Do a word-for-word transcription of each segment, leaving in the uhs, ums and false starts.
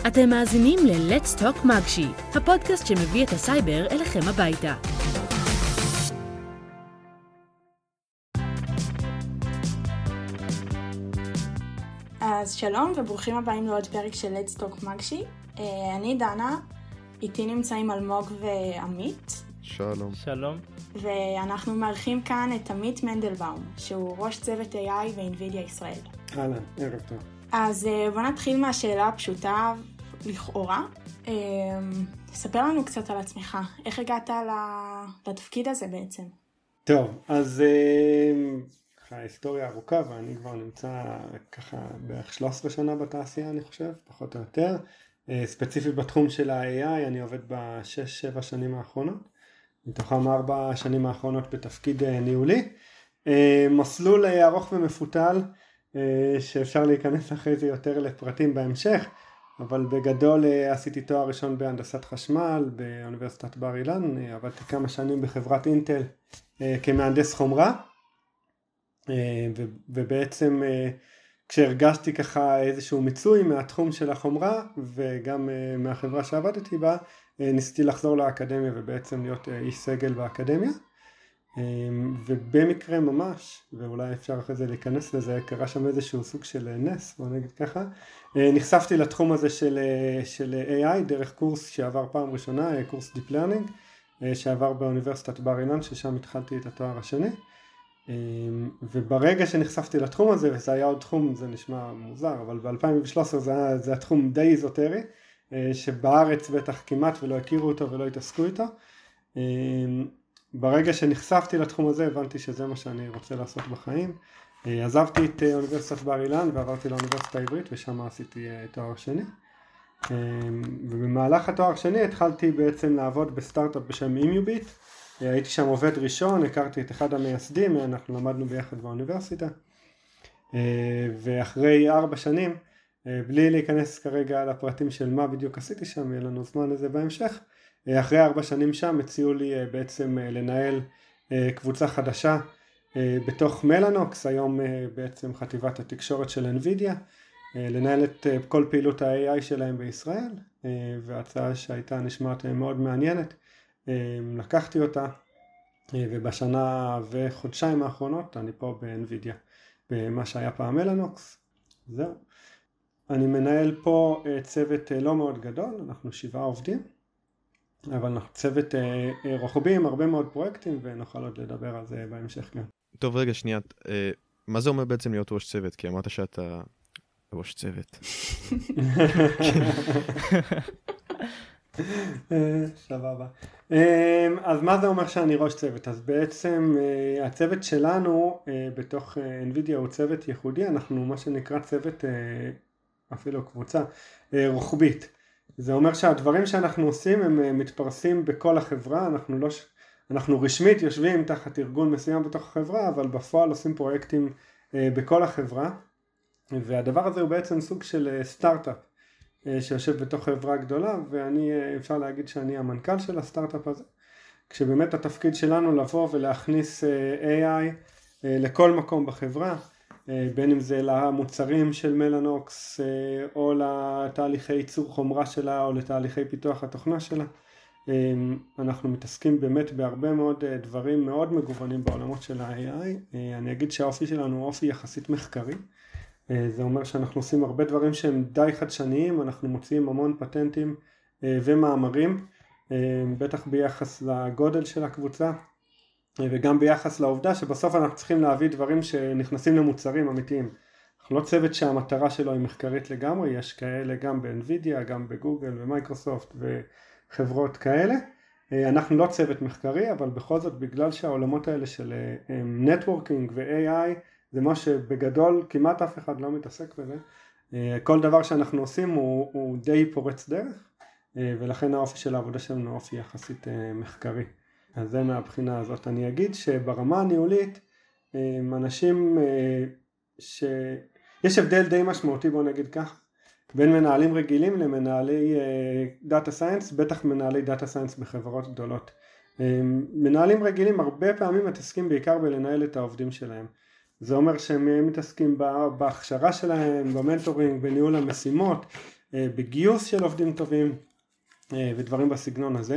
אתם מאזינים ל-Let's Talk מגשי, הפודקאסט שמביא את הסייבר אליכם הביתה. אז שלום וברוכים הבאים לעוד פרק של Let's Talk מגשי. אני דנה, איתי נמצאים אלמוג ועמית. שלום. שלום. ואנחנו מארחים כאן את עמית מנדלבאום, שהוא ראש צוות איי איי ו-NVIDIA ישראל. אהלן, ערב טוב. אז בוא נתחיל מהשאלה הפשוטה לכאורה. ספר לנו קצת על עצמך, איך הגעת לתפקיד הזה בעצם? טוב, אז ההיסטוריה ארוכה ואני כבר נמצא ככה בערך שלוש עשרה שנה בתעשייה אני חושב, פחות או יותר. ספציפית בתחום של ה-איי איי אני עובד בשש שבע שנים האחרונות, מתוכם ארבע השנים האחרונות בתפקיד ניהולי. מסלול ארוך ומפותל שאפשר להיכנס אחרי זה יותר לפרטים בהמשך, אבל בגדול עשיתי תואר ראשון בהנדסת חשמל באוניברסיטת בר אילן, עבדתי כמה שנים בחברת אינטל כמהנדס חומרה, ובעצם כשהרגשתי ככה איזשהו מיצוי מהתחום של החומרה וגם מהחברה שעבדתי בה, ניסיתי לחזור לאקדמיה ובעצם להיות איש סגל באקדמיה. ובמקרה ממש, ואולי אפשר אחרי זה להיכנס לזה, קרה שם איזשהו סוג של נס, בוא נגיד ככה, נחשפתי לתחום הזה של, של איי איי דרך קורס שעבר פעם ראשונה, קורס Deep Learning, שעבר באוניברסיטת בר אילן, ששם התחלתי את התואר השני. וברגע שנחשפתי לתחום הזה, וזה היה עוד תחום, זה נשמע מוזר, אבל ב-אלפיים ושלוש עשרה זה, היה, זה התחום די איזוטרי, שבארץ בטח כמעט ולא הכירו אותו ולא התעסקו איתו. ברגע שנחשפתי לתחום הזה הבנתי שזה מה שאני רוצה לעשות בחיים. עזבתי את אוניברסיטת בר אילן ועברתי לאוניברסיטה העברית ושם עשיתי תואר שני. ובמהלך התואר שני התחלתי בעצם לעבוד בסטארט-אפ בשם אימיוביט. הייתי שם עובד ראשון, הכרתי את אחד המייסדים, אנחנו למדנו ביחד באוניברסיטה. ואחרי ארבע שנים, בלי להיכנס כרגע לפרטים של מה בדיוק עשיתי שם, יהיה לנו זמן לזה בהמשך. אחרי ארבע שנים שם הציעו לי בעצם לנהל קבוצה חדשה בתוך מלאנוקס, היום בעצם חטיבת התקשורת של NVIDIA, לנהל את כל פעילות ה-איי איי שלהם בישראל, וההצעה שהייתה נשמעת מאוד מעניינת, לקחתי אותה, ובשנה וחודשיים האחרונות אני פה ב-NVIDIA, במה שהיה פעם מלאנוקס. זהו. אני מנהל פה צוות לא מאוד גדול, אנחנו שבעה עובדים, אבל אנחנו צוות רוחבי עם הרבה מאוד פרויקטים, ונוכל עוד לדבר על זה בהמשך גם. טוב, רגע, שנייה, מה זה אומר בעצם להיות ראש צוות? כי אמרת שאתה ראש צוות. סבבה. אז מה זה אומר שאני ראש צוות? אז בעצם הצוות שלנו בתוך NVIDIA הוא צוות ייחודי, אנחנו מה שנקרא צוות, אפילו קבוצה, רוחבית. זה אומר שהדברים שאנחנו עושים הם מתפרסים בכל החברה, אנחנו, לא, אנחנו רשמית יושבים תחת ארגון מסוים בתוך החברה, אבל בפועל עושים פרויקטים בכל החברה, והדבר הזה הוא בעצם סוג של סטארט-אפ שיושב בתוך חברה גדולה, ואני אפשר להגיד שאני המנכ"ל של הסטארט-אפ הזה, כשבאמת התפקיד שלנו לבוא ולהכניס איי איי לכל מקום בחברה, בין אם זה למוצרים של מלאנוקס או לתהליכי ייצור חומרה שלה או לתהליכי פיתוח התוכנה שלה. אנחנו מתעסקים באמת בהרבה מאוד דברים מאוד מגוונים בעולמות של ה-איי איי. אני אגיד שהאופי שלנו הוא אופי יחסית מחקרי. זה אומר שאנחנו עושים הרבה דברים שהם די חדשניים, אנחנו מוציאים המון פטנטים ומאמרים, בטח ביחס לגודל של הקבוצה. וגם ביחס לעובדה שבסוף אנחנו צריכים להביא דברים שנכנסים למוצרים אמיתיים. אנחנו לא צוות שהמטרה שלו היא מחקרית לגמרי, יש כאלה גם ב-NVIDIA, גם בגוגל ומייקרוסופט וחברות כאלה. אנחנו לא צוות מחקרי, אבל בכל זאת בגלל שהעולמות האלה של נטוורקינג ו-איי איי זה מה שבגדול כמעט אף אחד לא מתעסק בזה. כל דבר שאנחנו עושים הוא, הוא די פורץ דרך, ולכן האופי של העבודה שלנו הוא אופי יחסית מחקרי. אז זה מהבחינה הזאת. אני אגיד שברמה הניהולית, אנשים ש... יש הבדל די משמעותי, בוא נגיד כך, בין מנהלים רגילים למנהלי דאטה סיינס, בטח מנהלי דאטה סיינס בחברות גדולות. מנהלים רגילים הרבה פעמים מתעסקים בעיקר בלנהל את העובדים שלהם. זה אומר שהם מתעסקים בהכשרה שלהם, במנטורינג, בניהול המשימות, בגיוס של עובדים טובים ודברים בסגנון הזה.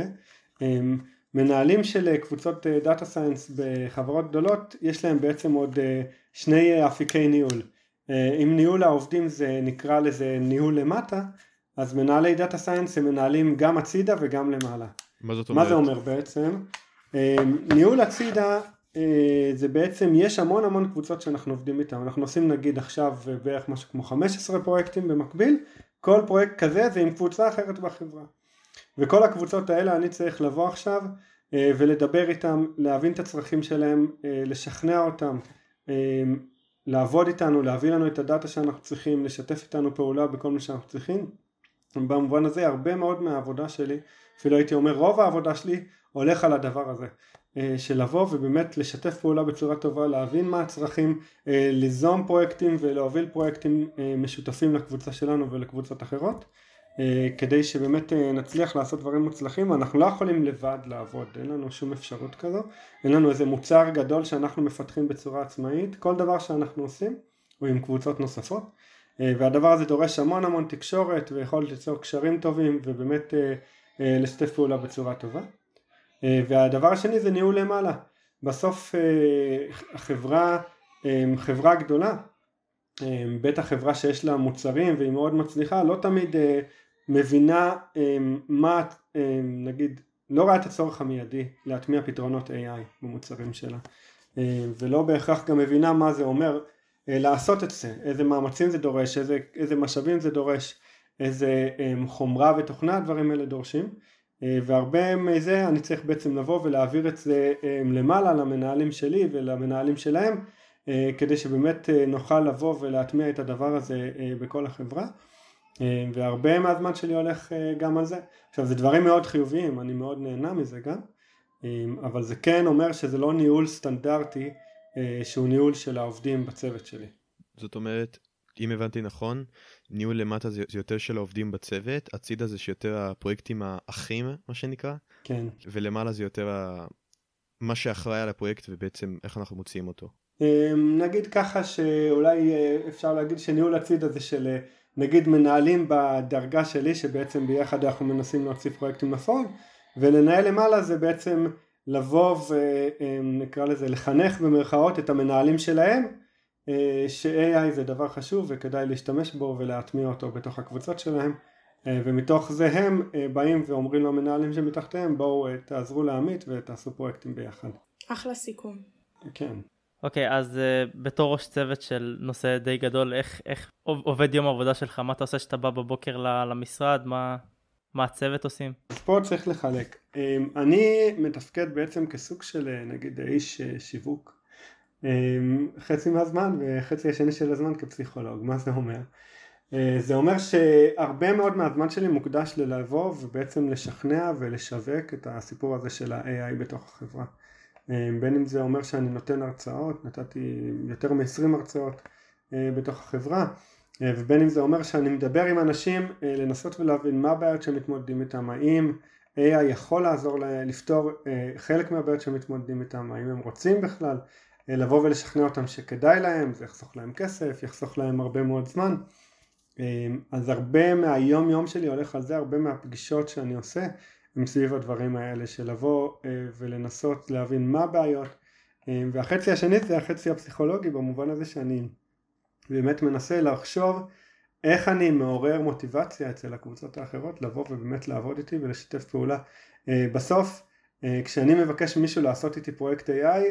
מנהלים של קבוצות דאטה סיינס בחברות גדולות, יש להם בעצם עוד שני אפיקי ניהול. אם ניהול העובדים זה נקרא לזה ניהול למטה, אז מנהלי דאטה סיינס הם מנהלים גם הצידה וגם למעלה. מה זאת אומרת? מה זה אומר בעצם? ניהול הצידה זה בעצם, יש המון המון קבוצות שאנחנו עובדים איתם. אנחנו עושים נגיד עכשיו בערך משהו כמו חמישה עשר פרויקטים במקביל, כל פרויקט כזה זה עם קבוצה אחרת בחברה. וכל הקבוצות האלה אני צריך לבוא עכשיו ולדבר איתם, להבין את הצרכים שלהם, לשכנע אותם, לעבוד איתנו, להביא לנו את הדאטה שאנחנו צריכים, לשתף איתנו פעולה בכל מה שאנחנו צריכים. במובן הזה הרבה מאוד מהעבודה שלי, אפילו הייתי אומר רוב העבודה שלי הולך על הדבר הזה, של לבוא ובאמת לשתף פעולה בצורה טובה, להבין מה הצרכים, ליזום פרויקטים ולהוביל פרויקטים משותפים לקבוצה שלנו ולקבוצות אחרות, כדי שבאמת נצליח לעשות דברים מוצלחים. אנחנו לא יכולים לבד לעבוד, אין לנו שום אפשרות כזו, אין לנו איזה מוצר גדול שאנחנו מפתחים בצורה עצמאית, כל דבר שאנחנו עושים הוא עם קבוצות נוספות, והדבר הזה דורש המון המון תקשורת ויכול ליצור קשרים טובים ובאמת לשתף פעולה בצורה טובה. והדבר השני זה ניהול למעלה. בסוף החברה, חברה גדולה, בטח חברה שיש לה מוצרים והיא מאוד מצליחה, לא תמיד מבינה מה, נגיד, לא רואה את הצורך המיידי להטמיע פתרונות איי איי במוצרים שלה, ולא בהכרח גם מבינה מה זה אומר לעשות את זה, איזה מאמצים זה דורש, איזה, איזה משאבים זה דורש, איזה חומרה ותוכנה הדברים האלה דורשים, והרבה מזה אני צריך בעצם לבוא ולהעביר את זה למעלה למנהלים שלי ולמנהלים שלהם, כדי שבאמת נוכל לבוא ולהטמיע את הדבר הזה בכל החברה, והרבה מהזמן שלי הולך גם על זה. עכשיו זה דברים מאוד חיוביים, אני מאוד נהנה מזה גם, אבל זה כן אומר שזה לא ניהול סטנדרטי שהוא ניהול של העובדים בצוות שלי. זאת אומרת, אם הבנתי נכון, ניהול למטה זה יותר של העובדים בצוות, הצידה זה שיותר הפרויקטים האחים, מה שנקרא, כן. ולמעלה זה יותר ה... מה שאחראי על הפרויקט ובעצם איך אנחנו מוציאים אותו. נגיד ככה שאולי אפשר להגיד שניהול הצידה זה של נגיד מנהלים בדרגה שלי, שבעצם ביחד אנחנו מנסים להוציא פרויקטים לפועל, ולנהל למעלה זה בעצם לבוא ונקרא לזה לחנך במרכאות את המנהלים שלהם, ש-איי איי זה דבר חשוב וכדאי להשתמש בו ולהטמיע אותו בתוך הקבוצות שלהם, ומתוך זה הם באים ואומרים למנהלים שמתחתיהם, בואו תעזרו להעמיד ותעשו פרויקטים ביחד. אחלה סיכום. כן. אוקיי, אז uh, בתור ראש צוות של נושא די גדול, איך, איך עובד יום העבודה שלך? מה אתה עושה שאתה בא בבוקר למשרד? מה, מה הצוות עושים? אז פה צריך לחלק. אני מתפקד בעצם כסוג של נגיד איש שיווק, חצי מהזמן וחצי השני של הזמן כפסיכולוג. מה זה אומר? זה אומר שהרבה מאוד מהזמן שלי מוקדש ללבוא ובעצם לשכנע ולשווק את הסיפור הזה של ה-איי איי בתוך החברה. בין אם זה אומר שאני נותן הרצאות, נתתי יותר מ-עשרים הרצאות בתוך החברה, ובין אם זה אומר שאני מדבר עם אנשים לנסות ולהבין מה הבעיות שמתמודדים איתם, האם איי איי יכול לעזור לפתור חלק מהבעיות שמתמודדים איתם, האם הם רוצים בכלל לבוא ולשכנע אותם שכדאי להם, זה יחסוך להם כסף, יחסוך להם הרבה מאוד זמן. אז הרבה מהיום יום שלי הולך על זה, הרבה מהפגישות שאני עושה הם סביב הדברים האלה של לבוא ולנסות להבין מה הבעיות, והחצי השני זה החצי הפסיכולוגי במובן הזה שאני באמת מנסה לחשוב איך אני מעורר מוטיבציה אצל הקבוצות האחרות לבוא ובאמת לעבוד איתי ולשתף פעולה. בסוף כשאני מבקש מישהו לעשות איתי פרויקט איי איי,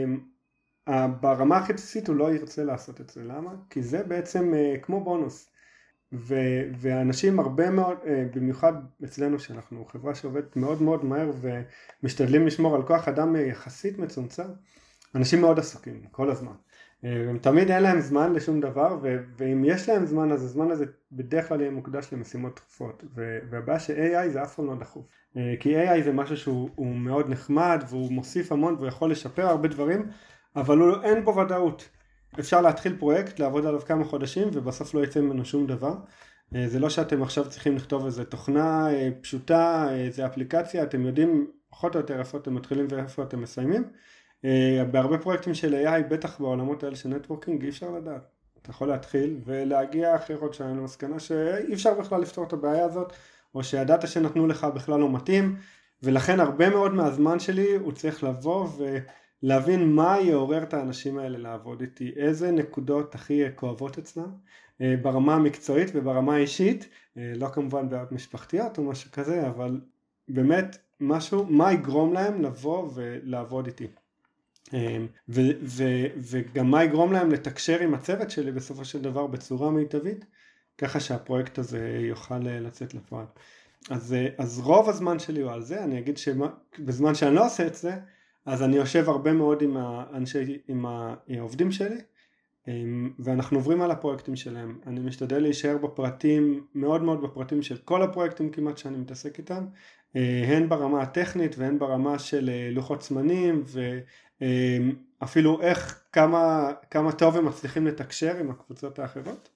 ברמה הכי בסיסית הוא לא ירצה לעשות את זה. למה? כי זה בעצם כמו בונוס. ו- ואנשים הרבה מאוד, במיוחד אצלנו שאנחנו חברה שעובדת מאוד מאוד מהר ומשתדלים לשמור על כוח אדם יחסית מצומצם, אנשים מאוד עסוקים כל הזמן. תמיד אין להם זמן לשום דבר, ו- ואם יש להם זמן, אז הזמן הזה בדרך כלל יהיה מוקדש למשימות דחופות. ו- והבעיה ש-איי איי זה אף פעם לא דחוף. כי איי איי זה משהו שהוא מאוד נחמד והוא מוסיף המון והוא יכול לשפר הרבה דברים, אבל הוא, אין פה ודאות. אפשר להתחיל פרויקט, לעבוד עליו כמה חודשים ובסוף לא יצא ממנו שום דבר. זה לא שאתם עכשיו צריכים לכתוב איזה תוכנה פשוטה, איזה אפליקציה, אתם יודעים פחות או יותר איפה אתם מתחילים ואיפה אתם מסיימים. בהרבה פרויקטים של איי איי, בטח בעולמות האלה של נטוורקינג, אי אפשר לדעת. אתה יכול להתחיל ולהגיע אחרי חודשיים למסקנה שאי אפשר בכלל לפתור את הבעיה הזאת, או שהדאטה שנתנו לך בכלל לא מתאים, ולכן הרבה מאוד מהזמן שלי הוא צריך לבוא ולהבין מה יעורר את האנשים האלה לעבוד איתי, איזה נקודות הכי כואבות אצלם, ברמה המקצועית וברמה האישית, לא כמובן בעיות משפחתיות או משהו כזה, אבל באמת משהו, מה יגרום להם לבוא ולעבוד איתי. ו- ו- וגם מה יגרום להם לתקשר עם הצוות שלי בסופו של דבר בצורה מיטבית, ככה שהפרויקט הזה יוכל לצאת לפועל. אז, אז רוב הזמן שלי הוא על זה. אני אגיד שבזמן שאני לא עושה את זה, אז אני יושב הרבה מאוד עם האנשי, עם העובדים שלי, ואנחנו עוברים על הפרויקטים שלהם. אני משתדל להישאר בפרטים, מאוד מאוד בפרטים של כל הפרויקטים כמעט שאני מתעסק איתם, הן ברמה הטכנית והן ברמה של לוחות זמנים, ואפילו איך, כמה, כמה טוב הם מצליחים לתקשר עם הקבוצות האחרות.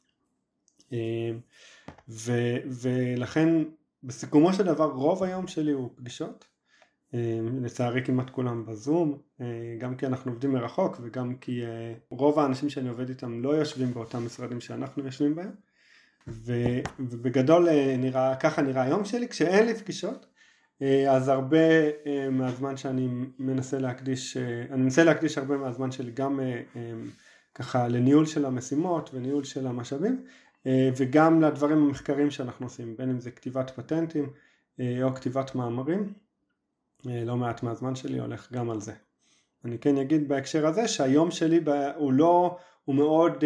ו, ולכן בסיכומו של דבר רוב היום שלי הוא פגישות, לצערי כמעט כולם בזום, גם כי אנחנו עובדים מרחוק וגם כי רוב האנשים שאני עובד איתם לא יושבים באותם משרדים שאנחנו יושבים בהם, ובגדול נראה, ככה נראה היום שלי. כשאין לי פגישות, אז הרבה מהזמן שאני מנסה להקדיש, אני מנסה להקדיש הרבה מהזמן שלי גם ככה לניהול של המשימות וניהול של המשאבים, וגם לדברים המחקרים שאנחנו עושים, בין אם זה כתיבת פטנטים או כתיבת מאמרים. לא מעט מהזמן שלי הולך גם על זה. אני כן אגיד בהקשר הזה שהיום שלי הוא לא, הוא מאוד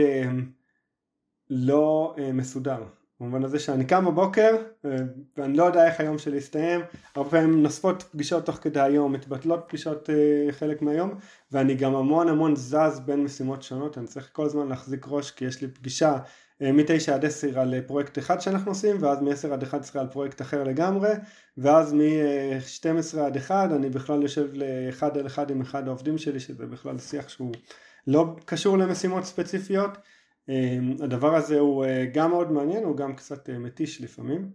לא מסודר. במובן הזה שאני קם בבוקר ואני לא יודע איך היום שלי יסתיים, הרבה פעמים נוספות פגישות תוך כדי היום, מתבטלות פגישות חלק מהיום, ואני גם המון המון זז בין משימות שונות. אני צריך כל הזמן להחזיק ראש, כי יש לי פגישה מ-תשע עד עשר על פרויקט אחד שאנחנו עושים, ואז מ-עשר עד אחת עשרה על פרויקט אחר לגמרי, ואז מ-שתים עשרה עד אחת אני בכלל יושב לאחד על אחד עם אחד העובדים שלי, שזה בכלל שיח שהוא לא קשור למשימות ספציפיות. הדבר הזה הוא גם מאוד מעניין, הוא גם קצת מתיש לפעמים,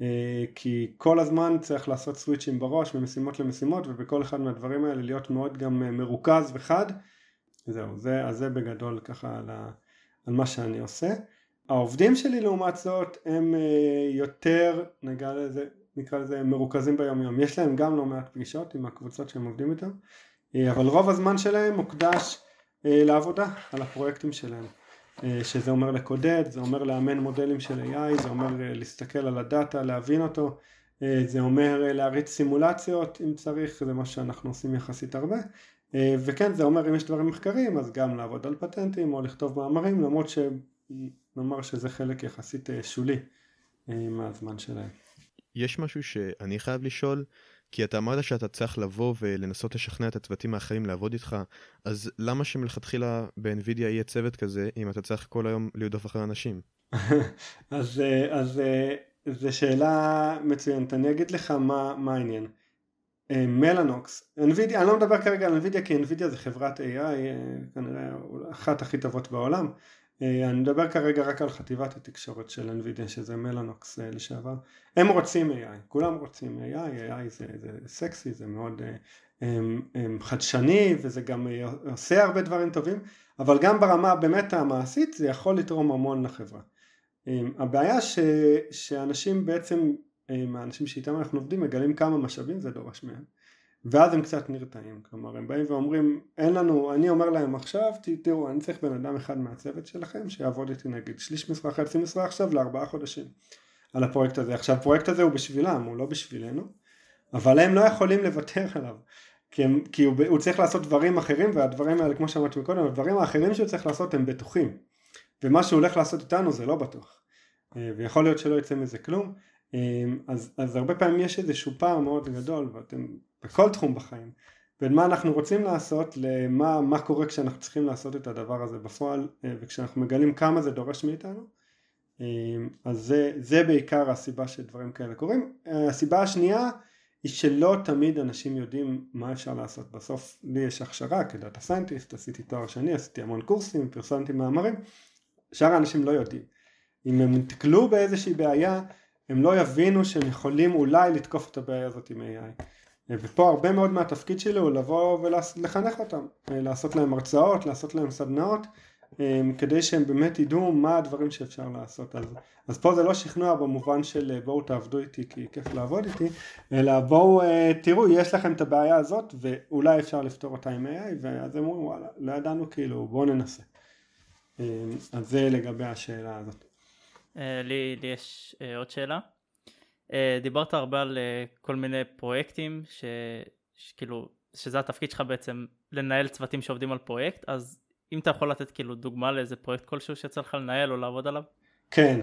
כי כל הזמן צריך לעשות סוויצ'ים בראש ממשימות למשימות, ובכל אחד מהדברים האלה להיות מאוד גם מרוכז וחד. זהו, זה, אז זה בגדול ככה על, ה, על מה שאני עושה. העובדים שלי לעומת זאת הם יותר, נקרא לזה, נקרא לזה מרוכזים ביום יום. יש להם גם לא מעט פגישות עם הקבוצות שהם עובדים איתם, אבל רוב הזמן שלהם מוקדש לעבודה על הפרויקטים שלהם, שזה אומר לקודד, זה אומר לאמן מודלים של איי איי, זה אומר להסתכל על הדאטה, להבין אותו, זה אומר להריץ סימולציות אם צריך, זה מה שאנחנו עושים יחסית הרבה, וכן זה אומר אם יש דברים מחקרים אז גם לעבוד על פטנטים או לכתוב מאמרים, למרות ש... נאמר שזה חלק יחסית שולי מהזמן שלהם. יש משהו שאני חייב לשאול, כי אתה אמרת שאתה צריך לבוא ולנסות לשכנע את הצוותים האחרים לעבוד איתך, אז למה שמלכתחילה ב-NVIDIA יהיה צוות כזה, אם אתה צריך כל היום להודוף אחרי אנשים? אז, אז זו שאלה מצוינת. אני אגיד לך מה, מה העניין. מלאנוקס, NVIDIA, אני לא מדבר כרגע על NVIDIA, כי NVIDIA זה חברת איי איי, כנראה אחת הכי טובות בעולם. אני מדבר כרגע רק על חטיבת התקשורת של NVIDIA, שזה מלאנוקס לשעבר. הם רוצים איי איי, כולם רוצים איי איי, איי איי זה, זה סקסי, זה מאוד הם, הם חדשני, וזה גם עושה הרבה דברים טובים, אבל גם ברמה באמת המעשית זה יכול לתרום המון לחברה. הבעיה ש, שאנשים בעצם, האנשים שאיתם אנחנו עובדים, מגלים כמה משאבים זה דורש מהם. ואז הם קצת נרתעים, כלומר הם באים ואומרים, אין לנו, אני אומר להם עכשיו, תראו, אני צריך בן אדם אחד מהצוות שלכם, שיעבוד איתי נגיד שליש משרה, חצי משרה עכשיו, לארבעה חודשים, על הפרויקט הזה. עכשיו, הפרויקט הזה הוא בשבילם, הוא לא בשבילנו, אבל הם לא יכולים לוותר עליו, כי, הם, כי הוא, הוא צריך לעשות דברים אחרים, והדברים האלה, כמו שאמרתי מקודם, הדברים האחרים שהוא צריך לעשות הם בטוחים, ומה שהוא הולך לעשות איתנו זה לא בטוח, ויכול להיות שלא יצא מזה כלום. אז, אז הרבה פעמים יש איזשהו פער מאוד גדול, ואתם בכל תחום בחיים, בין מה אנחנו רוצים לעשות למה מה קורה כשאנחנו צריכים לעשות את הדבר הזה בפועל, וכשאנחנו מגלים כמה זה דורש מאיתנו. אז זה, זה בעיקר הסיבה שדברים כאלה קורים. הסיבה השנייה היא שלא תמיד אנשים יודעים מה אפשר לעשות. בסוף לי יש הכשרה כדאטה סיינטיסט, עשיתי תואר שני, עשיתי המון קורסים, פרסמתי מאמרים, שאר האנשים לא יודעים. אם הם תקלו באיזושהי בעיה, הם לא יבינו שהם יכולים אולי לתקוף את הבעיה הזאת עם איי איי. ופה הרבה מאוד מהתפקיד שלי הוא לבוא ולחנך אותם, לעשות להם הרצאות, לעשות להם סדנאות, כדי שהם באמת ידעו מה הדברים שאפשר לעשות. אז, אז פה זה לא שכנוע במובן של בואו תעבדו איתי כי כיף לעבוד איתי, אלא בואו תראו, יש לכם את הבעיה הזאת ואולי אפשר לפתור אותה עם איי איי, ואז הם אומרים וואלה, לא ידענו, כאילו בואו ננסה. אז זה לגבי השאלה הזאת. לי, לי יש עוד שאלה. דיברת הרבה על כל מיני פרויקטים ש, שכאילו, שזה התפקיד שלך בעצם לנהל צוותים שעובדים על פרויקט, אז אם אתה יכול לתת כאילו דוגמה לאיזה פרויקט כלשהו שיצא לך לנהל או לעבוד עליו? כן,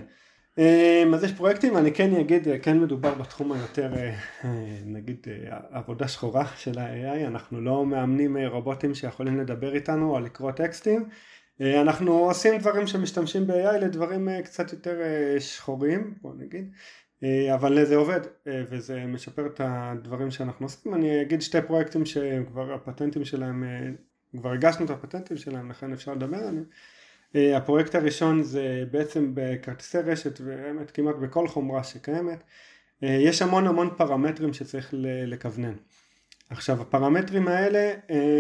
אז יש פרויקטים, אני כן אגיד, כן מדובר בתחום היותר, נגיד, עבודה שחורה של ה-איי איי, אנחנו לא מאמנים רובוטים שיכולים לדבר איתנו או לקרוא טקסטים, אנחנו עושים דברים שמשתמשים ב-איי איי לדברים קצת יותר שחורים, בוא נגיד, אבל זה עובד וזה משפר את הדברים שאנחנו עושים. אני אגיד שתי פרויקטים שכבר הפטנטים שלהם, כבר הגשנו את הפטנטים שלהם, לכן אפשר לדבר עליהם. הפרויקט הראשון זה בעצם בכרטיסי רשת, ובאמת כמעט בכל חומרה שקיימת, יש המון המון פרמטרים שצריך לכוונן. עכשיו הפרמטרים האלה,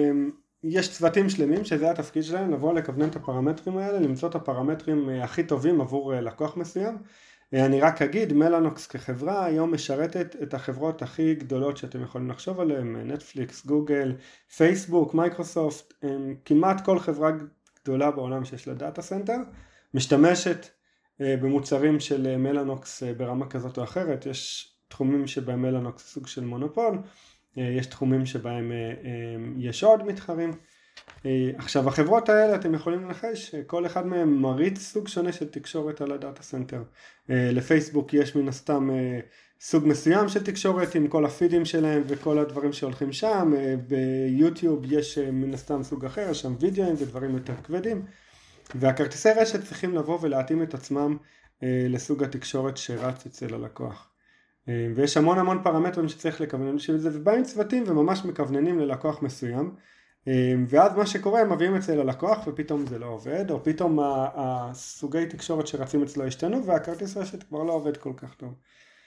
יש צוותים שלמים שזה התפקיד שלהם, לבוא לכוונן את הפרמטרים האלה, למצוא את הפרמטרים הכי טובים עבור לקוח מסוים. אני רק אגיד, מלאנוקס כחברה היום משרתת את החברות הכי גדולות שאתם יכולים לחשוב עליהן, נטפליקס, גוגל, פייסבוק, מייקרוסופט, כמעט כל חברה גדולה בעולם שיש לה דאטה סנטר, משתמשת במוצרים של מלאנוקס ברמה כזאת או אחרת. יש תחומים שבהם מלאנוקס סוג של מונופול, יש תחומים שבהם יש עוד מתחרים. עכשיו החברות האלה אתם יכולים לנחש שכל אחד מהם מריץ סוג שונה של תקשורת על הדאטה סנטר. לפייסבוק יש מן הסתם סוג מסוים של תקשורת עם כל הפידים שלהם וכל הדברים שהולכים שם, ביוטיוב יש מן הסתם סוג אחר, שם וידאוים ודברים יותר כבדים, והכרטיסי רשת צריכים לבוא ולהתאים את עצמם לסוג התקשורת שרץ אצל הלקוח. ויש המון המון פרמטרים שצריך לכוונן בשביל זה, ובאים צוותים וממש מכווננים ללקוח מסוים, ואז מה שקורה, הם מביאים אצל הלקוח ופתאום זה לא עובד, או פתאום הסוגי תקשורת שרצים אצלו השתנו והכרטיס רשת כבר לא עובד כל כך טוב.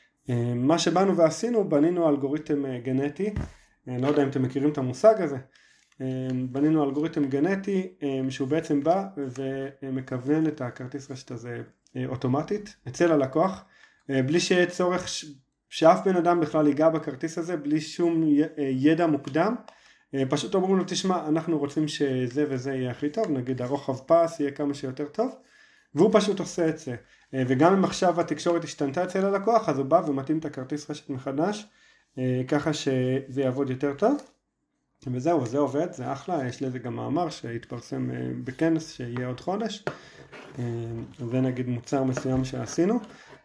מה שבאנו ועשינו, בנינו אלגוריתם גנטי, אני לא יודע אם אתם מכירים את המושג הזה, בנינו אלגוריתם גנטי שהוא בעצם בא ומכוון את הכרטיס רשת הזה אוטומטית אצל הלקוח, בלי שיהיה צורך שאף בן אדם בכלל ייגע בכרטיס הזה, בלי שום ידע מוקדם, פשוט אומרים לו תשמע אנחנו רוצים שזה וזה יהיה הכי טוב, נגיד הרוחב פס יהיה כמה שיותר טוב, והוא פשוט עושה את זה. וגם אם עכשיו התקשורת השתנתה אצל הלקוח, אז הוא בא ומתאים את הכרטיס רשת מחדש, ככה שזה יעבוד יותר טוב. וזהו, זה עובד, זה אחלה, יש לזה גם מאמר שהתפרסם בכנס שיהיה עוד חודש, זה נגיד מוצר מסוים שעשינו.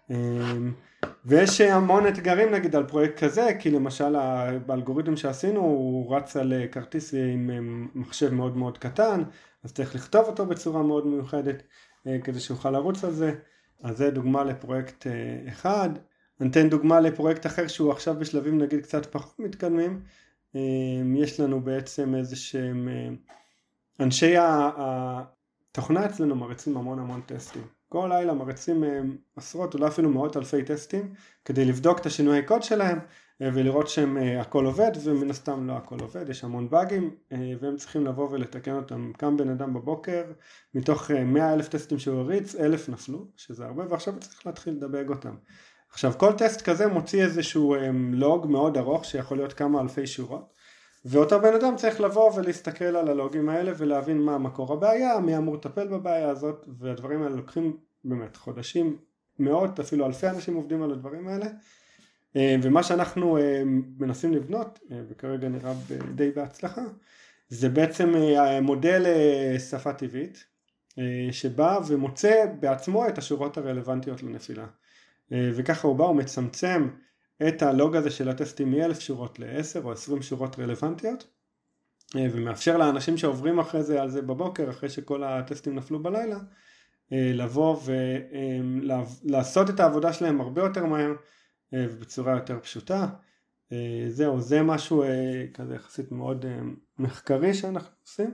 ויש המון אתגרים נגיד על פרויקט כזה, כי למשל באלגוריתם שעשינו הוא רץ על כרטיס עם מחשב מאוד מאוד קטן, אז צריך לכתוב אותו בצורה מאוד מיוחדת כדי שיוכל לרוץ על זה. אז זה דוגמה לפרויקט אחד. אני אתן דוגמה לפרויקט אחר שהוא עכשיו בשלבים נגיד קצת פחות מתקדמים. יש לנו בעצם איזה שהם אנשי התוכנה אצלנו מריצים המון המון טסטים. כל לילה מריצים עשרות, אולי אפילו מאות אלפי טסטים, כדי לבדוק את השינויי קוד שלהם, ולראות שהם הכל עובד, ומן הסתם לא הכל עובד, יש המון באגים, והם צריכים לבוא ולתקן אותם. קם בן אדם בבוקר, מתוך מאה אלף טסטים שהוא הריץ, אלף נפלו, שזה הרבה, ועכשיו צריך להתחיל לדבג אותם. עכשיו, כל טסט כזה מוציא איזשהו לוג מאוד ארוך, שיכול להיות כמה אלפי שורות, ואותו בן אדם צריך לבוא ולהסתכל על הלוגים האלה ולהבין מה מקור הבעיה, מי אמור לטפל בבעיה הזאת, והדברים האלה לוקחים באמת חודשים, מאות, אפילו אלפי אנשים עובדים על הדברים האלה, ומה שאנחנו מנסים לבנות, וכרגע נראה די בהצלחה, זה בעצם מודל שפה טבעית, שבא ומוצא בעצמו את השורות הרלוונטיות לנפילה, וככה הוא בא ומצמצם את הלוג הזה של הטסטים מ-אלף שורות ל-עשר או עשרים שורות רלוונטיות, ומאפשר לאנשים שעוברים אחרי זה על זה בבוקר, אחרי שכל הטסטים נפלו בלילה, לבוא ולעשות את העבודה שלהם הרבה יותר מהר, ובצורה יותר פשוטה. זהו, זה משהו כזה יחסית מאוד מחקרי שאנחנו עושים,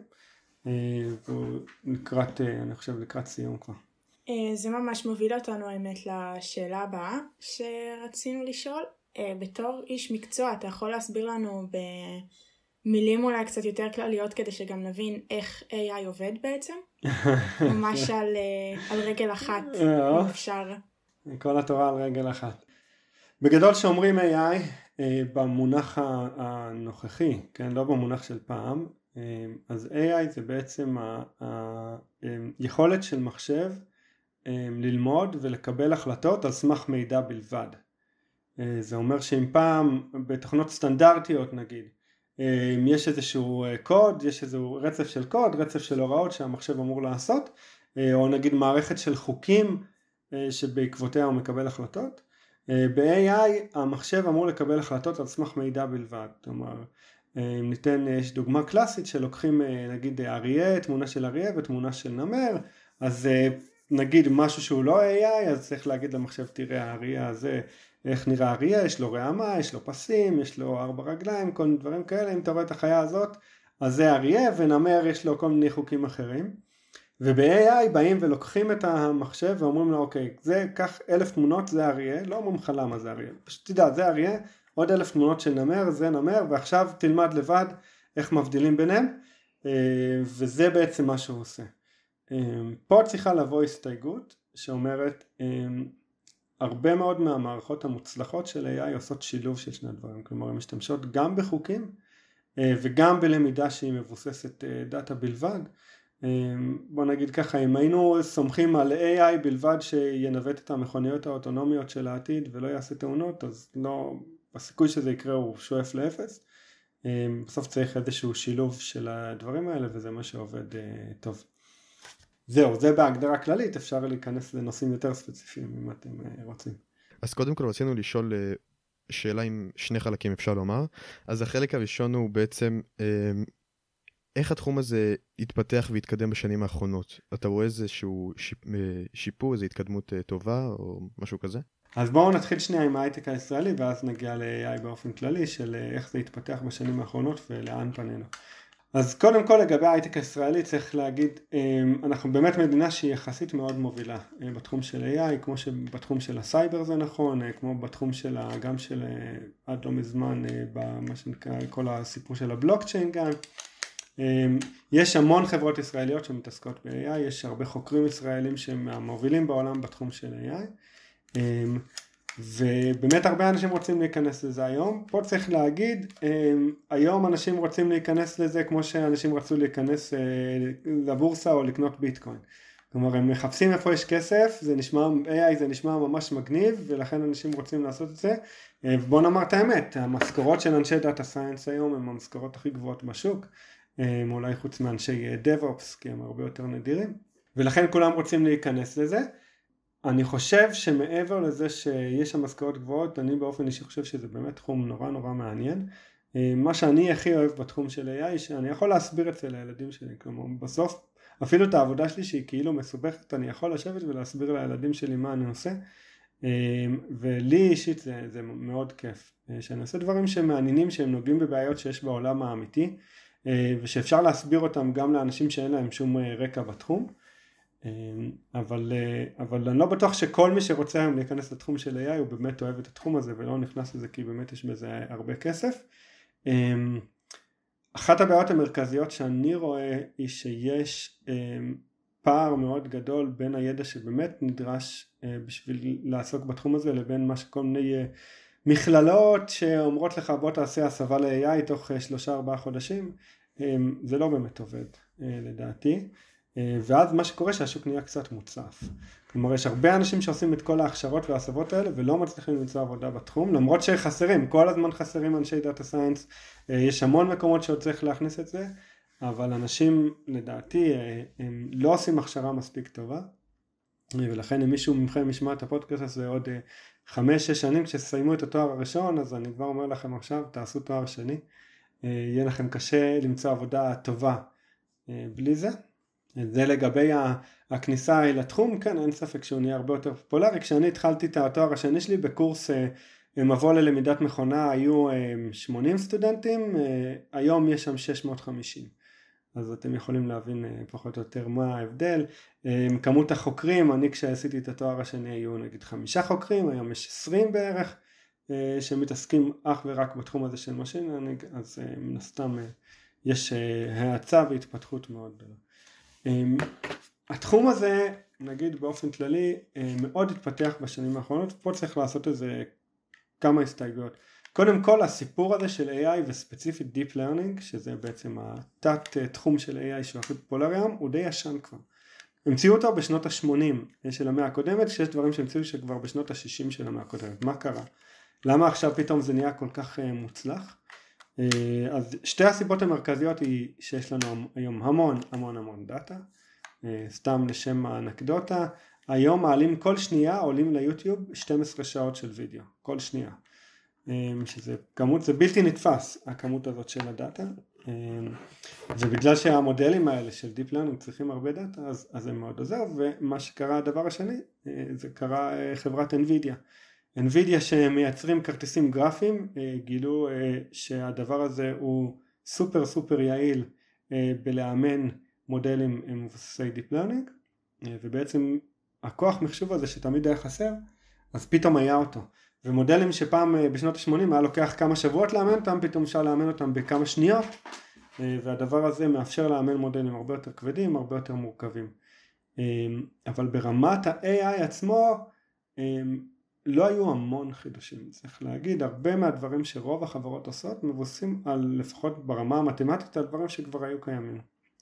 ולקראת, אני חושב לקראת סיום כבר. זה ממש מוביל אותנו האמת לשאלה הבאה שרצינו לשאול. בתור איש מקצוע, אתה יכול להסביר לנו מילים אולי קצת יותר כלליות כדי שגם נבין איך איי איי עובד בעצם. ממש על, על רגל אחת, אם אפשר. כל התורה על רגל אחת. בגדול שאומרים איי איי, במונח הנוכחי, כן, לא במונח של פעם, אז איי איי זה בעצם היכולת של מחשב ללמוד ולקבל החלטות על סמך מידע בלבד. זה אומר שאם פעם בתוכנות סטנדרטיות נגיד, יש איזשהו קוד, יש איזשהו רצף של קוד, רצף של הוראות שהמחשב אמור לעשות, או נגיד מערכת של חוקים שבעקבותיה הוא מקבל החלטות, ב-איי איי המחשב אמור לקבל החלטות על סמך מידע בלבד. כלומר, ניתן, יש דוגמה קלאסית שלוקחים נגיד אריה, תמונה של אריה ותמונה של נמר, אז נגיד משהו שהוא לא איי איי, אז צריך להגיד למחשב, תראה האריה הזה, איך נראה אריה, יש לו רעמה, יש לו פסים, יש לו ארבע רגליים, כל מיני דברים כאלה, אם אתה רואה את החיה הזאת, אז זה אריה, ונמר יש לו כל מיני חוקים אחרים. וב-איי איי באים ולוקחים את המחשב ואומרים לו, אוקיי, זה, קח אלף תמונות, זה אריה, לא אומרים לך למה זה אריה, פשוט תדע, זה אריה, עוד אלף תמונות של נמר, זה נמר, ועכשיו תלמד לבד איך מבדילים ביניהם, וזה בעצם מה שהוא עושה. פה צריכה לבוא הסתייגות שאומרת, הרבה מאוד מהמערכות המוצלחות של איי איי עושות שילוב של שני דברים, כלומר הן משתמשות גם בחוקים וגם בלמידה שהיא מבוססת דאטה בלבד. בוא נגיד ככה, אם היינו סומכים על איי איי בלבד שינווט את המכוניות האוטונומיות של העתיד ולא יעשה תאונות, אז לא, הסיכוי שזה יקרה הוא שואף לאפס. בסוף צריך איזשהו שילוב של הדברים האלה וזה מה שעובד טוב. זהו, זה בהגדרה כללית, אפשר להיכנס לנושאים יותר ספציפיים אם אתם רוצים. אז קודם כל רצינו לשאול שאלה עם שני חלקים אפשר לומר. אז החלק הראשון הוא בעצם איך התחום הזה התפתח והתקדם בשנים האחרונות? אתה רואה איזשהו שיפור, איזו התקדמות טובה או משהו כזה? אז בואו נתחיל שנייה עם ההייטק הישראלי ואז נגיע ל-איי איי באופן כללי של איך זה התפתח בשנים האחרונות ולאן פנינו. אז קודם כל לגבי ההייטק הישראלי צריך להגיד, אנחנו באמת מדינה שהיא יחסית מאוד מובילה בתחום של איי איי, כמו שבתחום של הסייבר זה נכון, כמו בתחום של, גם של עד לא מזמן, במה שנקרא כל הסיפור של הבלוקצ'יין גם. יש המון חברות ישראליות שמתעסקות ב-איי איי, יש הרבה חוקרים ישראלים שהם המובילים בעולם בתחום של איי איי. ובאמת הרבה אנשים רוצים להיכנס לזה היום. פה צריך להגיד, היום אנשים רוצים להיכנס לזה כמו שאנשים רצו להיכנס לבורסה או לקנות ביטקוין. כלומר, הם מחפשים איפה יש כסף, זה נשמע, איי איי זה נשמע ממש מגניב, ולכן אנשים רוצים לעשות את זה. ובוא נאמר את האמת, המשכורות של אנשי דאטה סיינס היום הם המשכורות הכי גבוהות בשוק, אולי חוץ מאנשי DevOps, כי הם הרבה יותר נדירים. ולכן כולם רוצים להיכנס לזה. אני חושב שמעבר לזה שיש שם משכורות גבוהות, אני באופן אישי חושב שזה באמת תחום נורא נורא מעניין. מה שאני הכי אוהב בתחום של איי איי, שאני יכול להסביר את זה לילדים שלי, כלומר בסוף, אפילו את העבודה שלי שהיא כאילו מסובכת, אני יכול לשבת ולהסביר לילדים שלי מה אני עושה, ולי אישית זה, זה מאוד כיף, שאני עושה דברים שמעניינים, שהם נוגעים בבעיות שיש בעולם האמיתי, ושאפשר להסביר אותם גם לאנשים שאין להם שום רקע בתחום, אבל, אבל אני לא בטוח שכל מי שרוצה היום להיכנס לתחום של איי איי הוא באמת אוהב את התחום הזה ולא נכנס לזה כי באמת יש בזה הרבה כסף. אחת הבעיות המרכזיות שאני רואה היא שיש פער מאוד גדול בין הידע שבאמת נדרש בשביל לעסוק בתחום הזה לבין מה שכל מיני מכללות שאומרות לך בוא תעשה הסבה ל-איי איי תוך שלושה ארבעה חודשים, זה לא באמת עובד לדעתי. ואז מה שקורה שהשוק נהיה קצת מוצף. כלומר, יש הרבה אנשים שעושים את כל ההכשרות וההסבות האלה ולא מצליחים למצוא עבודה בתחום, למרות שחסרים, כל הזמן חסרים אנשי דאטה סיינס, יש המון מקומות שעוד צריך להכניס את זה, אבל אנשים לדעתי הם לא עושים הכשרה מספיק טובה, ולכן אם מישהו מכם ישמע את הפודקאסט הזה עוד חמש, שש שנים כשסיימו את התואר הראשון, אז אני כבר אומר לכם עכשיו, תעשו תואר שני, יהיה לכם קשה למצוא עבודה טובה בלי זה. זה לגבי הכניסה לתחום, כן, אין ספק שהוא נהיה הרבה יותר פופולרי. כשאני התחלתי את התואר השני שלי בקורס מבוא ללמידת מכונה היו שמונים סטודנטים, היום יש שם שש מאות וחמישים. אז אתם יכולים להבין פחות או יותר מה ההבדל. כמות החוקרים, אני כשעשיתי את התואר השני היו נגיד חמישה חוקרים, היום יש עשרים בערך. שמתעסקים אך ורק בתחום הזה של Machine Learning, אז מן הסתם יש האצה והתפתחות מאוד גדולה. התחום הזה, נגיד באופן כללי, מאוד התפתח בשנים האחרונות, פה צריך לעשות איזה כמה הסתייגויות. קודם כל, הסיפור הזה של איי איי וספציפית Deep Learning, שזה בעצם התת תחום של איי איי שהוא הכי פופולרי היום, הוא די ישן כבר. המציאו אותו בשנות ה-שמונים של המאה הקודמת, שיש דברים שהמציאו שכבר בשנות ה-שישים של המאה הקודמת. מה קרה? למה עכשיו פתאום זה נהיה כל כך מוצלח? אז שתי הסיבות המרכזיות היא שיש לנו היום המון המון המון דאטה, סתם לשם האנקדוטה, היום מעלים כל שנייה, עולים ליוטיוב שתים עשרה שעות של וידאו, כל שנייה, שזה כמות, זה בלתי נתפס הכמות הזאת של הדאטה, ובגלל שהמודלים האלה של Deep Learning צריכים הרבה דאטה, אז, אז זה מאוד עוזר, ומה שקרה הדבר השני, זה קרה חברת NVIDIA. NVIDIA שמייצרים כרטיסים גרפיים, גילו שהדבר הזה הוא סופר סופר יעיל בלאמן מודלים מבוססי Deep Learning, ובעצם הכוח מחשוב הזה שתמיד היה חסר, אז פתאום היה אותו. ומודלים שפעם בשנות ה-שמונים היה לוקח כמה שבועות לאמן אותם, פתאום אפשר לאמן אותם בכמה שניות, והדבר הזה מאפשר לאמן מודלים הרבה יותר כבדים, הרבה יותר מורכבים. אבל ברמת ה-איי איי עצמו, לא היו המון חידושים. צריך להגיד, הרבה מהדברים שרוב החברות עושות, מבוססים על, לפחות ברמה המתמטית, על דברים שכבר היו קיימים.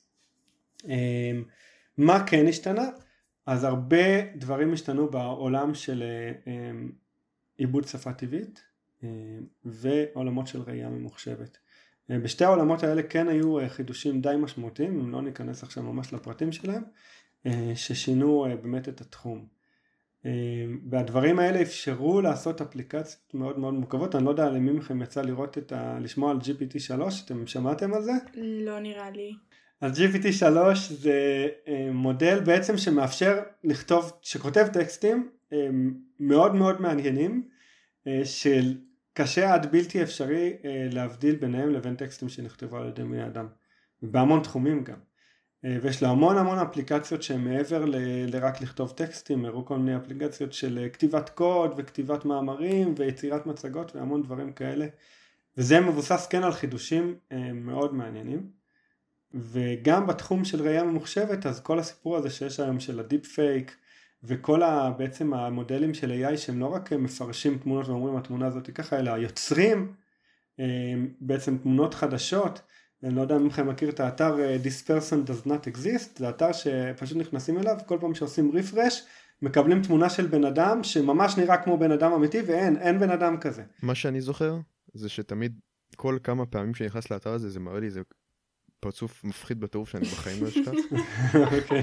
מה כן השתנה? אז הרבה דברים השתנו בעולם של עיבוד שפה טבעית ועולמות של ראייה ממוחשבת. בשתי העולמות האלה כן היו חידושים די משמעותיים, אם לא ניכנס עכשיו ממש לפרטים שלהם, ששינו באמת את התחום. והדברים האלה אפשרו לעשות אפליקציות מאוד מאוד מורכבות. אני לא יודע למי מכם יצא לראות את ה... לשמוע על ג'י פי טי שלוש, אתם שמעתם על זה? לא נראה לי. אז ג'י פי טי שלוש זה מודל בעצם שמאפשר לכתוב, שכותב טקסטים מאוד מאוד מעניינים, של קשה עד בלתי אפשרי להבדיל ביניהם לבין טקסטים שנכתבו על ידי בני אדם, בהמון תחומים גם. ויש לה המון המון אפליקציות שהן מעבר ל- לרק לכתוב טקסטים, הראו כל מיני אפליקציות של כתיבת קוד וכתיבת מאמרים ויצירת מצגות והמון דברים כאלה, וזה מבוסס כן על חידושים מאוד מעניינים. וגם בתחום של ראייה ממוחשבת, אז כל הסיפור הזה שיש היום של הדיפ פייק, וכל ה, בעצם המודלים של איי איי שהם לא רק מפרשים תמונות ואומרים התמונה הזאת ככה, אלא יוצרים בעצם תמונות חדשות. אני לא יודע אם לכם מכיר את האתר This person does not exist, זה אתר שפשוט נכנסים אליו, כל פעם שעושים refresh, מקבלים תמונה של בן אדם שממש נראה כמו בן אדם אמיתי, ואין, אין בן אדם כזה. מה שאני זוכר, זה שתמיד כל כמה פעמים שנכנס לאתר הזה, זה מראה לי איזה פרצוף מפחיד בטירוף שאני בחיים לא אשכח. אוקיי.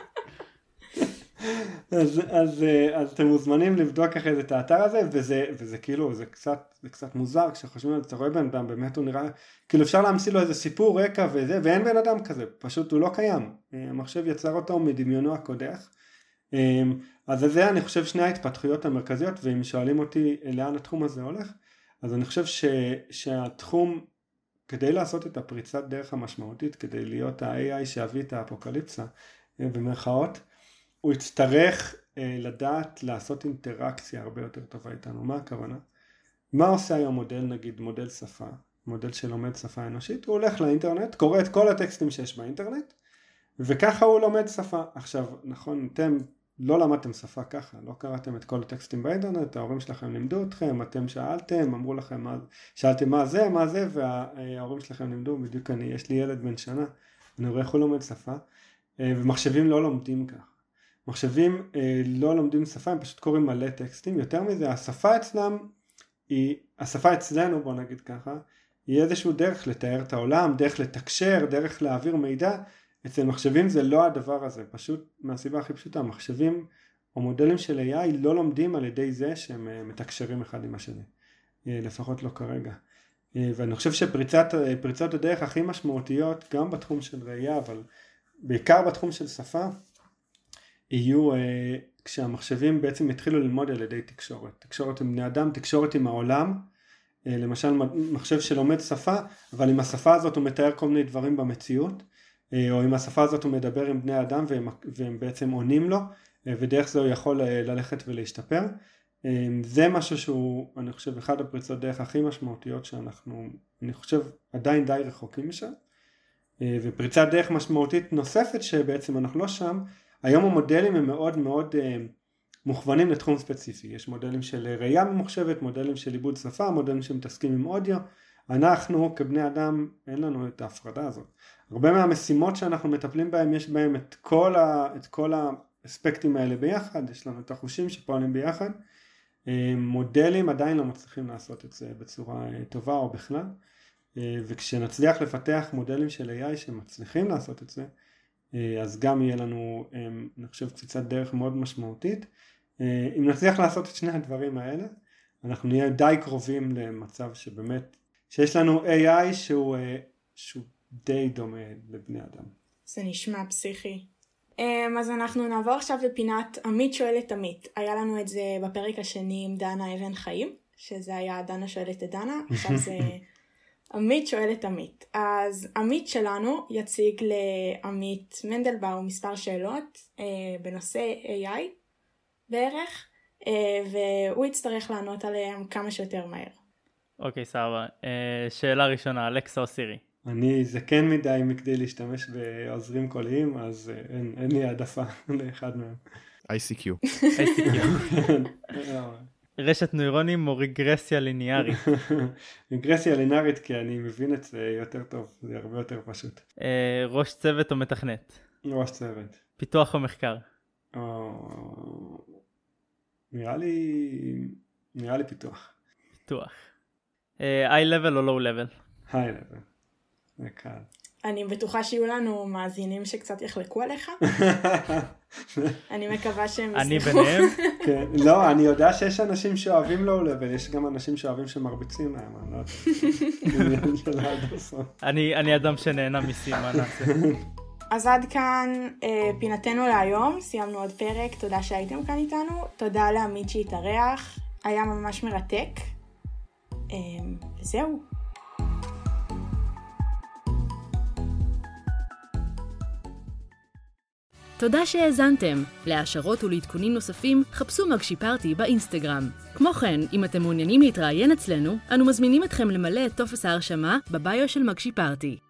אז, אז, אז אתם מוזמנים לבדוק אחרי זה את האתר הזה, וזה, וזה כאילו, זה קצת, זה קצת מוזר, כשחושבים על זה, אתה רואה בן אדם, באמת הוא נראה, כאילו אפשר להמציא לו איזה סיפור רקע וזה, ואין בן אדם כזה, פשוט הוא לא קיים. המחשב יצר אותו מדמיונו הקודח. אז זה אני חושב שני ההתפתחויות המרכזיות, ואם שואלים אותי לאן התחום הזה הולך, אז אני חושב ש, שהתחום, כדי לעשות את הפריצת דרך המשמעותית, כדי להיות ה-איי איי שהביא את האפוקליפסה, במרכאות, הוא יצטרך אה, לדעת לעשות אינטראקציה הרבה יותר טובה איתנו. מה הכוונה? מה עושה היום מודל, נגיד מודל שפה, מודל שלומד שפה אנושית? הוא הולך לאינטרנט, קורא את כל הטקסטים שיש באינטרנט, וככה הוא לומד שפה. עכשיו, נכון, אתם לא למדתם שפה ככה, לא קראתם את כל הטקסטים באינטרנט, ההורים שלכם לימדו אתכם, אתם שאלתם, אמרו לכם, מה, שאלתם מה זה, מה זה, וההורים שלכם לימדו, בדיוק אני, יש לי ילד בן שנה, אני רואה איך הוא לומד שפה, ומחשבים לא לומדים כך. מחשבים אה, לא לומדים שפה, הם פשוט קוראים מלא טקסטים. יותר מזה, השפה אצלם, היא, השפה אצלנו, בוא נגיד ככה, היא איזשהו דרך לתאר את העולם, דרך לתקשר, דרך להעביר מידע. אצל מחשבים זה לא הדבר הזה, פשוט מהסיבה הכי פשוטה, מחשבים או מודלים של איי איי לא לומדים על ידי זה שהם אה, מתקשרים אחד עם השני, אה, לפחות לא כרגע. אה, ואני חושב שפריצת אה, פריצות הדרך הכי משמעותיות, גם בתחום של ראייה, אבל בעיקר בתחום של שפה, יהיו uh, כשהמחשבים בעצם יתחילו ללמוד על ידי תקשורת. תקשורת עם בני אדם, תקשורת עם העולם, uh, למשל מחשב שלומד שפה, אבל עם השפה הזאת הוא מתאר כל מיני דברים במציאות, uh, או עם השפה הזאת הוא מדבר עם בני אדם והם, והם בעצם עונים לו, uh, ודרך זה הוא יכול uh, ללכת ולהשתפר. Uh, זה משהו שהוא, אני חושב, אחד הפריצות דרך הכי משמעותיות שאנחנו, אני חושב, עדיין די רחוקים משם. ופריצת דרך משמעותית נוספת שבעצם אנחנו לא שם, היום המודלים הם מאוד מאוד מוכוונים לתחום ספציפי. יש מודלים של ראייה ממוחשבת, מודלים של עיבוד שפה, מודלים שמתעסקים עם אודיו. אנחנו כבני אדם אין לנו את ההפרדה הזאת. הרבה מהמשימות שאנחנו מטפלים בהם, יש בהם את כל, ה, את כל האספקטים האלה ביחד, יש לנו את החושים שפועלים ביחד. מודלים עדיין לא מצליחים לעשות את זה בצורה טובה או בכלל. וכשנצליח לפתח מודלים של איי איי שמצליחים לעשות את זה, אז גם יהיה לנו, אני חושב, קפיצת דרך מאוד משמעותית. אם נצליח לעשות את שני הדברים האלה, אנחנו נהיה די קרובים למצב שבאמת, שיש לנו איי איי שהוא, שהוא די דומה לבני אדם. זה נשמע פסיכי. אז אנחנו נעבור עכשיו לפינת עמית שואל את עמית. היה לנו את זה בפרק השני עם דנה אבן חיים, שזה היה דנה שואלת את דנה, עכשיו זה עמית שואל את עמית. אז עמית שלנו יציג לעמית מנדלבאום מספר שאלות אה, בנושא איי איי בערך, אה, והוא יצטרך לענות עליהם כמה שיותר מהר. אוקיי, סבבה. אה, שאלה ראשונה, אלקסה או סירי? אני זקן מדי מכדי להשתמש בעוזרים קוליים, אז אין, אין לי העדפה לאחד מהם. איי סי קיו. איי סי קיו. רשת נוירונים או רגרסיה ליניארית? רגרסיה ליניארית, כי אני מבין את זה יותר טוב, זה הרבה יותר פשוט. אה, ראש צוות או מתכנת? ראש צוות. פיתוח או מחקר? או... נראה לי... נראה לי פיתוח. פיתוח. אה, איי-level או לואו-level? היי-level. זה קל. אני בטוחה שיהיו לנו מאזינים שקצת יחלקו עליך. אני מקווה שהם אני יסלחו. ביניהם? כן, לא, אני יודע שיש אנשים שאוהבים לואו-level, יש גם אנשים שאוהבים שמרביצים להם, אני לא יודע. אני אדם שנהנה משימה, נעשה. אז עד כאן אה, פינתנו להיום, סיימנו עוד פרק, תודה שהייתם כאן איתנו, תודה לעמית שהתארח, היה ממש מרתק, אה, וזהו. תודה שהאזנתם. להעשרות ולעדכונים נוספים, חפשו מגשי פארטי באינסטגרם. כמו כן, אם אתם מעוניינים להתראיין אצלנו, אנו מזמינים אתכם למלא את טופס ההרשמה בביו של מגשי פארטי.